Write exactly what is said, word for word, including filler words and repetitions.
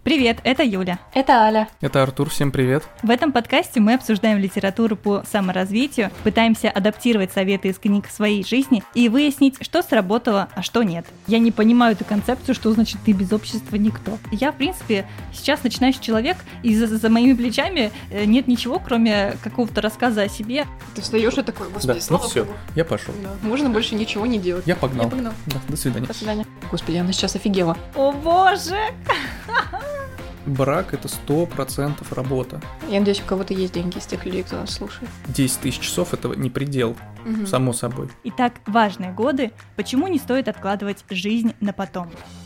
Привет, это Юля. Это Аля. Это Артур, всем привет. В этом подкасте мы обсуждаем литературу по саморазвитию, пытаемся адаптировать советы из книг в своей жизни и выяснить, что сработало, а что нет. Я не понимаю эту концепцию, что значит «ты без общества никто». Я, в принципе, сейчас начинающий человек, и за, за моими плечами нет ничего, кроме какого-то рассказа о себе. Ты встаешь и такой: господи, Да, слава ну все, богу. я пошел. Да. Можно больше ничего не делать. Я погнал. Я погнал. Да, до свидания. До свидания. Господи, она сейчас офигела. О боже! Брак — это сто процентов работа. Я надеюсь, у кого-то есть деньги из тех людей, кто нас слушает. десять тысяч часов — это не предел, Мгм. само собой. Итак, важные годы. Почему не стоит откладывать жизнь на потом?